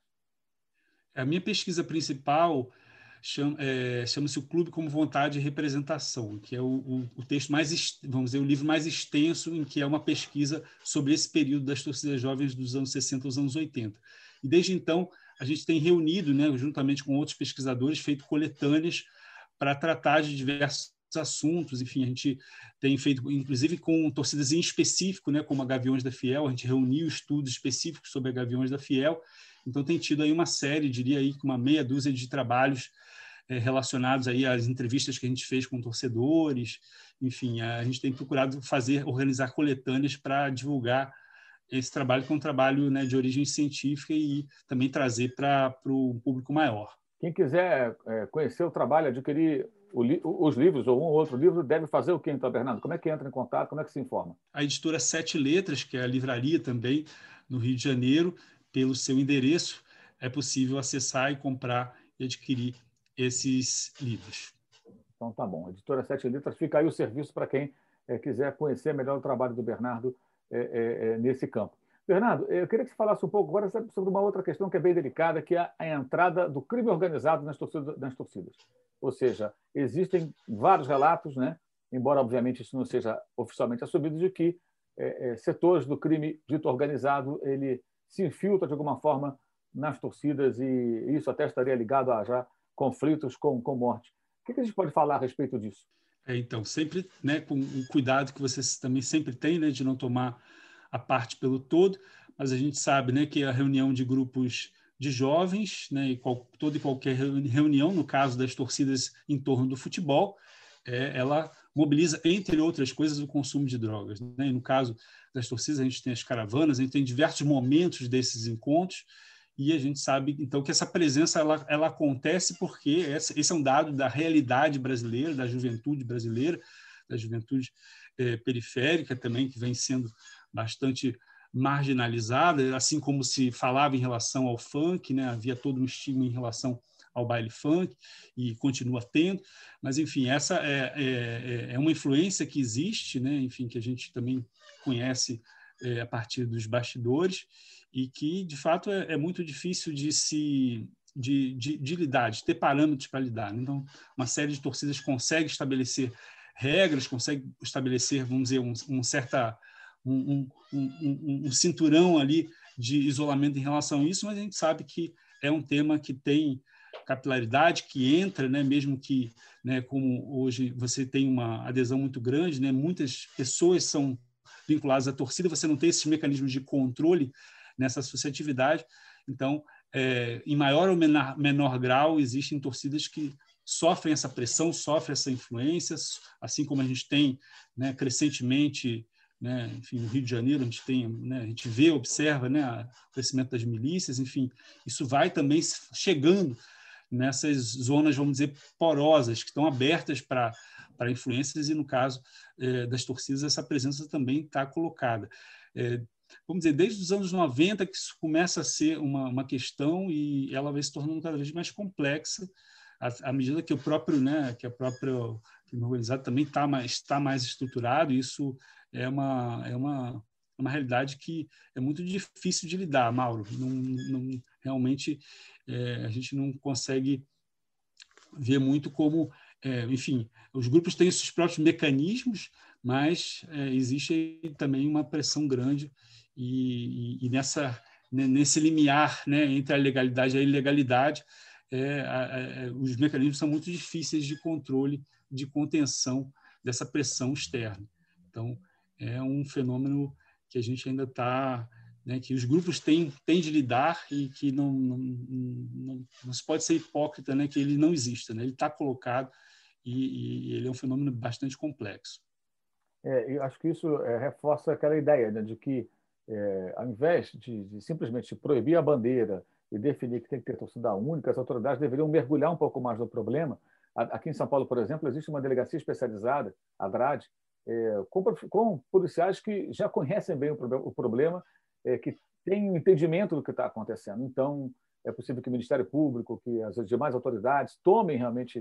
A minha pesquisa principal chama-se O Clube como Vontade e Representação, que é o texto mais, vamos dizer, o livro mais extenso, em que é uma pesquisa sobre esse período das torcidas jovens dos anos 60 aos anos 80. E desde então, a gente tem reunido, né, juntamente com outros pesquisadores, feito coletâneas para tratar de diversos assuntos. Enfim, a gente tem feito, inclusive, com torcidas em específico, né, como a Gaviões da Fiel, a gente reuniu estudos específicos sobre a Gaviões da Fiel. Então, tem tido aí uma série, diria aí, com uma meia dúzia de trabalhos relacionados aí às entrevistas que a gente fez com torcedores. Enfim, a gente tem procurado organizar coletâneas para divulgar esse trabalho, que é um trabalho, né, de origem científica, e também trazer para o público maior. Quem quiser conhecer o trabalho, adquirir os livros ou um ou outro livro, deve fazer o quê, então, Bernardo? Como é que entra em contato? Como é que se informa? A editora Sete Letras, que é a livraria também no Rio de Janeiro, pelo seu endereço, é possível acessar e comprar e adquirir esses livros. Então, tá bom. A editora Sete Letras, fica aí o serviço para quem quiser conhecer melhor o trabalho do Bernardo nesse campo. Bernardo, eu queria que você falasse um pouco agora sobre uma outra questão que é bem delicada, que é a entrada do crime organizado nas torcidas. Ou seja, existem vários relatos, né? Embora, obviamente, isso não seja oficialmente assumido, de que setores do crime dito organizado ele se infiltra de alguma forma nas torcidas, e isso até estaria ligado a já conflitos com morte. O que a gente pode falar a respeito disso? Então, sempre, né, com o cuidado que vocês também sempre têm, né, de não tomar a parte pelo todo, mas a gente sabe, né, que a reunião de grupos de jovens, né, e toda e qualquer reunião, no caso das torcidas em torno do futebol, ela mobiliza, entre outras coisas, o consumo de drogas, né? E no caso das torcidas, a gente tem as caravanas, a gente tem diversos momentos desses encontros, e a gente sabe, então, que essa presença ela acontece porque esse é um dado da realidade brasileira, da juventude brasileira, da juventude periférica também, que vem sendo bastante marginalizada, assim como se falava em relação ao funk, né? Havia todo um estigma em relação ao baile funk, e continua tendo, mas, enfim, essa é uma influência que existe, né? Enfim, que a gente também conhece a partir dos bastidores, e que, de fato, é muito difícil de lidar, de ter parâmetros para lidar. Então, uma série de torcidas consegue estabelecer regras, consegue estabelecer, vamos dizer, um cinturão ali de isolamento em relação a isso, mas a gente sabe que é um tema que tem capilaridade, que entra, né, mesmo que, né, como hoje você tem uma adesão muito grande, né, muitas pessoas são vinculadas à torcida, você não tem esses mecanismos de controle nessa associatividade, então, em maior ou menor grau, existem torcidas que sofrem essa pressão, sofrem essa influência, assim como a gente tem, né, crescentemente, né, enfim, no Rio de Janeiro, a gente tem, né, a gente vê, observa, né, o crescimento das milícias, enfim, isso vai também chegando nessas zonas, vamos dizer, porosas, que estão abertas para influências, e no caso das torcidas, essa presença também está colocada. Vamos dizer, desde os anos 90 que isso começa a ser uma questão, e ela vai se tornando cada vez mais complexa à medida que o próprio, né, que a própria crime organizado também está mais estruturado. Isso é uma realidade que é muito difícil de lidar, Mauro. Realmente a gente não consegue ver muito como, enfim, os grupos têm seus próprios mecanismos, mas existe também uma pressão grande e nesse limiar, né, entre a legalidade e a ilegalidade, os mecanismos são muito difíceis de controle, de contenção dessa pressão externa. Então, é um fenômeno que a gente ainda está, né, que os grupos têm de lidar, e que não se pode ser hipócrita, né, que ele não exista, né? Ele está colocado, e ele é um fenômeno bastante complexo. Eu acho que isso reforça aquela ideia, né, de que, ao invés de simplesmente proibir a bandeira e definir que tem que ter torcida única, as autoridades deveriam mergulhar um pouco mais no problema. Aqui em São Paulo, por exemplo, existe uma delegacia especializada, a DRAD, com policiais que já conhecem bem o problema, que têm um entendimento do que está acontecendo. Então, é possível que o Ministério Público, que as demais autoridades tomem realmente,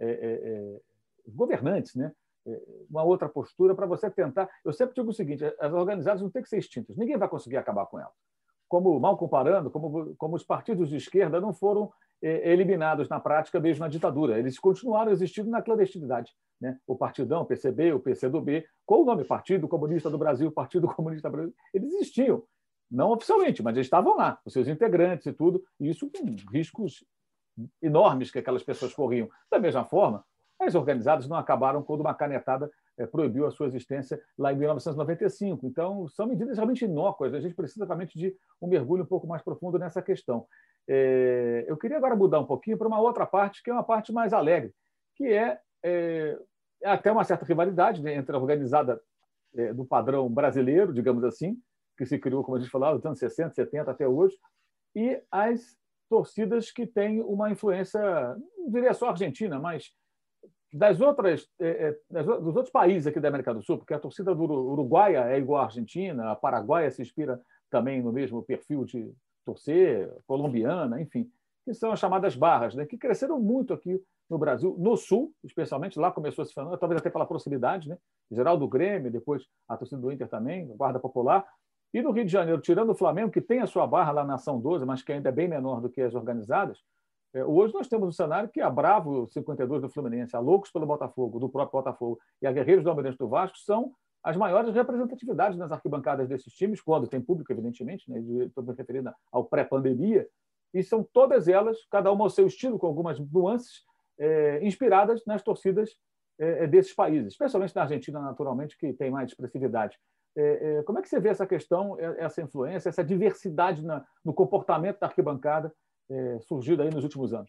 os governantes, né, uma outra postura para você tentar. Eu sempre digo o seguinte: as organizadas não têm que ser extintas, ninguém vai conseguir acabar com elas. Como, mal comparando, como os partidos de esquerda não foram eliminados na prática mesmo na ditadura, eles continuaram existindo na clandestinidade, né? O Partidão, o PCB, o PCdoB, com o nome Partido Comunista do Brasil, Partido Comunista do Brasil, eles existiam, não oficialmente, mas eles estavam lá, os seus integrantes e tudo, e isso com riscos enormes que aquelas pessoas corriam. Da mesma forma, as organizadas não acabaram quando uma canetada proibiu a sua existência lá em 1995. Então, são medidas realmente inócuas. A gente precisa realmente de um mergulho um pouco mais profundo nessa questão. Eu queria agora mudar um pouquinho para uma outra parte, que é uma parte mais alegre, que é até uma certa rivalidade, né, entre a organizada do padrão brasileiro, digamos assim, que se criou, como a gente falava, dos anos 60, 70 até hoje, e as torcidas que têm uma influência, não diria só argentina, mas dos outros países aqui da América do Sul, porque a torcida do uruguaia é igual à argentina, a paraguaia se inspira também no mesmo perfil de torcer, colombiana, enfim, que são as chamadas barras, né, que cresceram muito aqui no Brasil, no Sul, especialmente, lá começou esse fenômeno, talvez até pela proximidade, né, geral do Grêmio, depois a torcida do Inter também, a Guarda Popular, e no Rio de Janeiro, tirando o Flamengo, que tem a sua barra lá na Ação 12, mas que ainda é bem menor do que as organizadas. Hoje nós temos um cenário que a Bravo 52 do Fluminense, a Loucos pelo Botafogo, do próprio Botafogo, e a Guerreiros do Almirante do Vasco são as maiores representatividades nas arquibancadas desses times, quando tem público, evidentemente, né? Estou me referindo ao pré-pandemia, e são todas elas, cada uma ao seu estilo, com algumas nuances, inspiradas nas torcidas desses países, especialmente na Argentina, naturalmente, que tem mais expressividade. Como é que você vê essa questão, essa influência, essa diversidade no comportamento da arquibancada surgido aí nos últimos anos?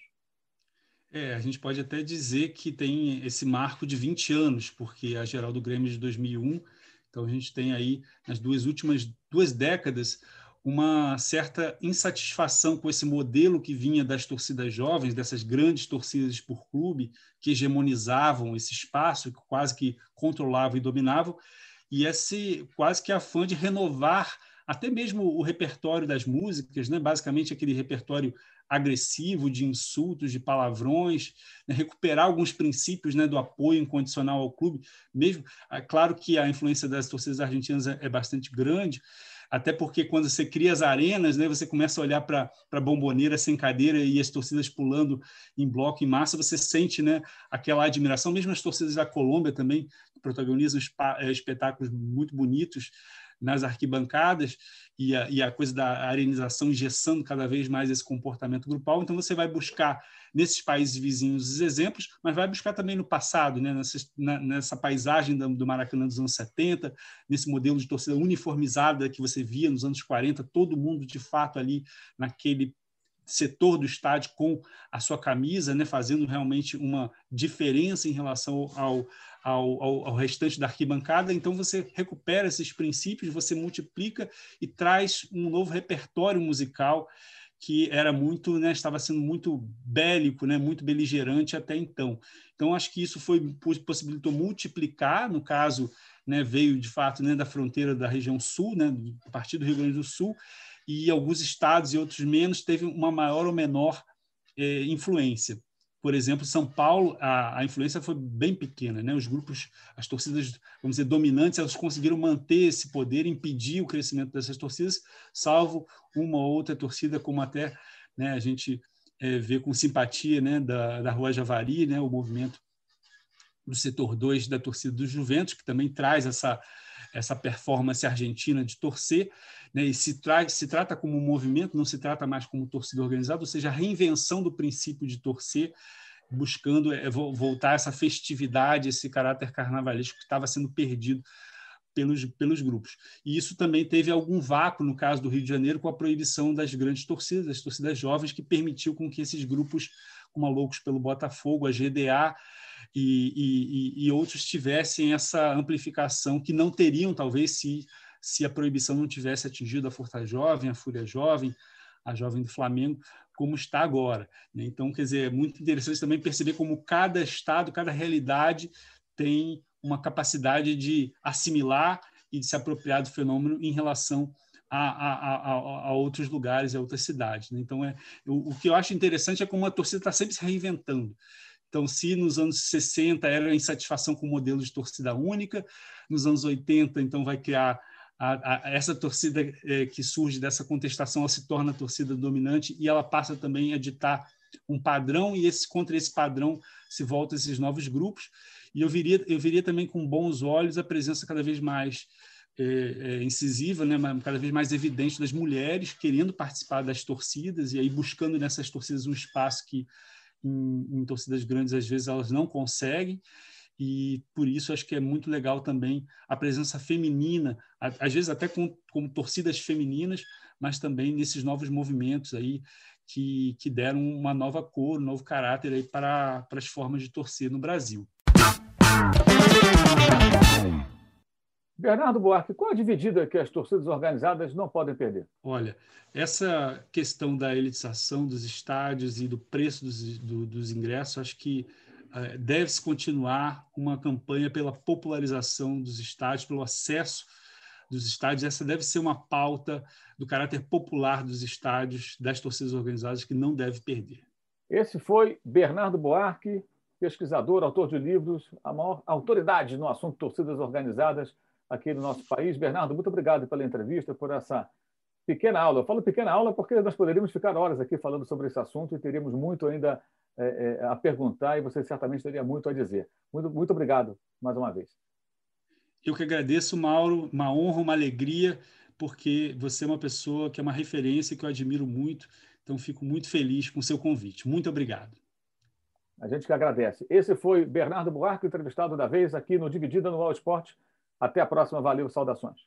A gente pode até dizer que tem esse marco de 20 anos, porque a geral do Grêmio de 2001, então a gente tem aí, nas últimas 2 décadas, uma certa insatisfação com esse modelo que vinha das torcidas jovens, dessas grandes torcidas por clube, que hegemonizavam esse espaço, que quase que controlavam e dominavam, e esse quase que afã de renovar até mesmo o repertório das músicas, né? Basicamente aquele repertório agressivo de insultos, de palavrões, né? Recuperar alguns princípios, né, do apoio incondicional ao clube. Mesmo, claro que a influência das torcidas argentinas é bastante grande, até porque quando você cria as arenas, né, você começa a olhar para a bomboneira sem cadeira e as torcidas pulando em bloco, em massa, você sente, né, aquela admiração, mesmo as torcidas da Colômbia também, que protagonizam espetáculos muito bonitos nas arquibancadas, e a coisa da arenização engessando cada vez mais esse comportamento grupal. Então, você vai buscar nesses países vizinhos os exemplos, mas vai buscar também no passado, né? nessa paisagem do Maracanã dos anos 70, nesse modelo de torcida uniformizada que você via nos anos 40, todo mundo, de fato, ali naquele setor do estádio com a sua camisa, né? Fazendo realmente uma diferença em relação ao restante da arquibancada. Então, você recupera esses princípios, você multiplica e traz um novo repertório musical que era muito, né, estava sendo muito bélico, né, muito beligerante até então. Então, acho que isso possibilitou multiplicar, no caso, né, veio, de fato, né, da fronteira da região sul, né, a partir do Rio Grande do Sul, e alguns estados e outros menos teve uma maior ou menor influência. Por exemplo, São Paulo, a influência foi bem pequena, né? Os grupos, as torcidas, vamos dizer, dominantes, elas conseguiram manter esse poder, impedir o crescimento dessas torcidas, salvo uma ou outra torcida, como até, né, a gente vê com simpatia, né, da Rua Javari, né, o movimento do setor 2 da torcida do Juventus, que também traz essa performance argentina de torcer, né, e se trata como um movimento, não se trata mais como torcida organizada, ou seja, a reinvenção do princípio de torcer, buscando voltar essa festividade, esse caráter carnavalesco que estava sendo perdido pelos grupos. E isso também teve algum vácuo, no caso do Rio de Janeiro, com a proibição das grandes torcidas, das torcidas jovens, que permitiu com que esses grupos, como a Loucos pelo Botafogo, a GDA, e outros tivessem essa amplificação que não teriam, talvez, se a proibição não tivesse atingido a Força Jovem, a Fúria Jovem, a Jovem do Flamengo, como está agora. Então, quer dizer, é muito interessante também perceber como cada estado, cada realidade tem uma capacidade de assimilar e de se apropriar do fenômeno em relação a outros lugares, a outras cidades. Então, o que eu acho interessante é como a torcida está sempre se reinventando. Então, se nos anos 60 era a insatisfação com o modelo de torcida única, nos anos 80, então, vai criar essa torcida que surge dessa contestação, ela se torna a torcida dominante e ela passa também a ditar um padrão, e contra esse padrão se voltam esses novos grupos. E eu veria também com bons olhos a presença cada vez mais incisiva, né, cada vez mais evidente das mulheres querendo participar das torcidas e aí buscando nessas torcidas um espaço que em torcidas grandes às vezes elas não conseguem. E por isso acho que é muito legal também a presença feminina, às vezes até com torcidas femininas, mas também nesses novos movimentos aí que deram uma nova cor, um novo caráter aí para as formas de torcer no Brasil. Bernardo Buarque, qual a dividida que as torcidas organizadas não podem perder? Olha, essa questão da elitização dos estádios e do preço dos ingressos, acho que deve-se continuar uma campanha pela popularização dos estádios, pelo acesso dos estádios. Essa deve ser uma pauta do caráter popular dos estádios, das torcidas organizadas, que não deve perder. Esse foi Bernardo Buarque, pesquisador, autor de livros, a maior autoridade no assunto torcidas organizadas aqui no nosso país. Bernardo, muito obrigado pela entrevista, por essa pequena aula. Eu falo pequena aula porque nós poderíamos ficar horas aqui falando sobre esse assunto e teríamos muito ainda a perguntar e você certamente teria muito a dizer. Muito, muito obrigado mais uma vez. Eu que agradeço, Mauro, uma honra, uma alegria, porque você é uma pessoa que é uma referência que eu admiro muito, então fico muito feliz com o seu convite. Muito obrigado. A gente que agradece. Esse foi Bernardo Buarque, entrevistado da vez aqui no Dividida no All Sport. Até a próxima. Valeu, saudações.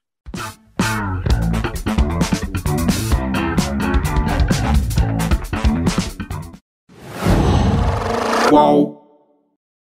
Qual?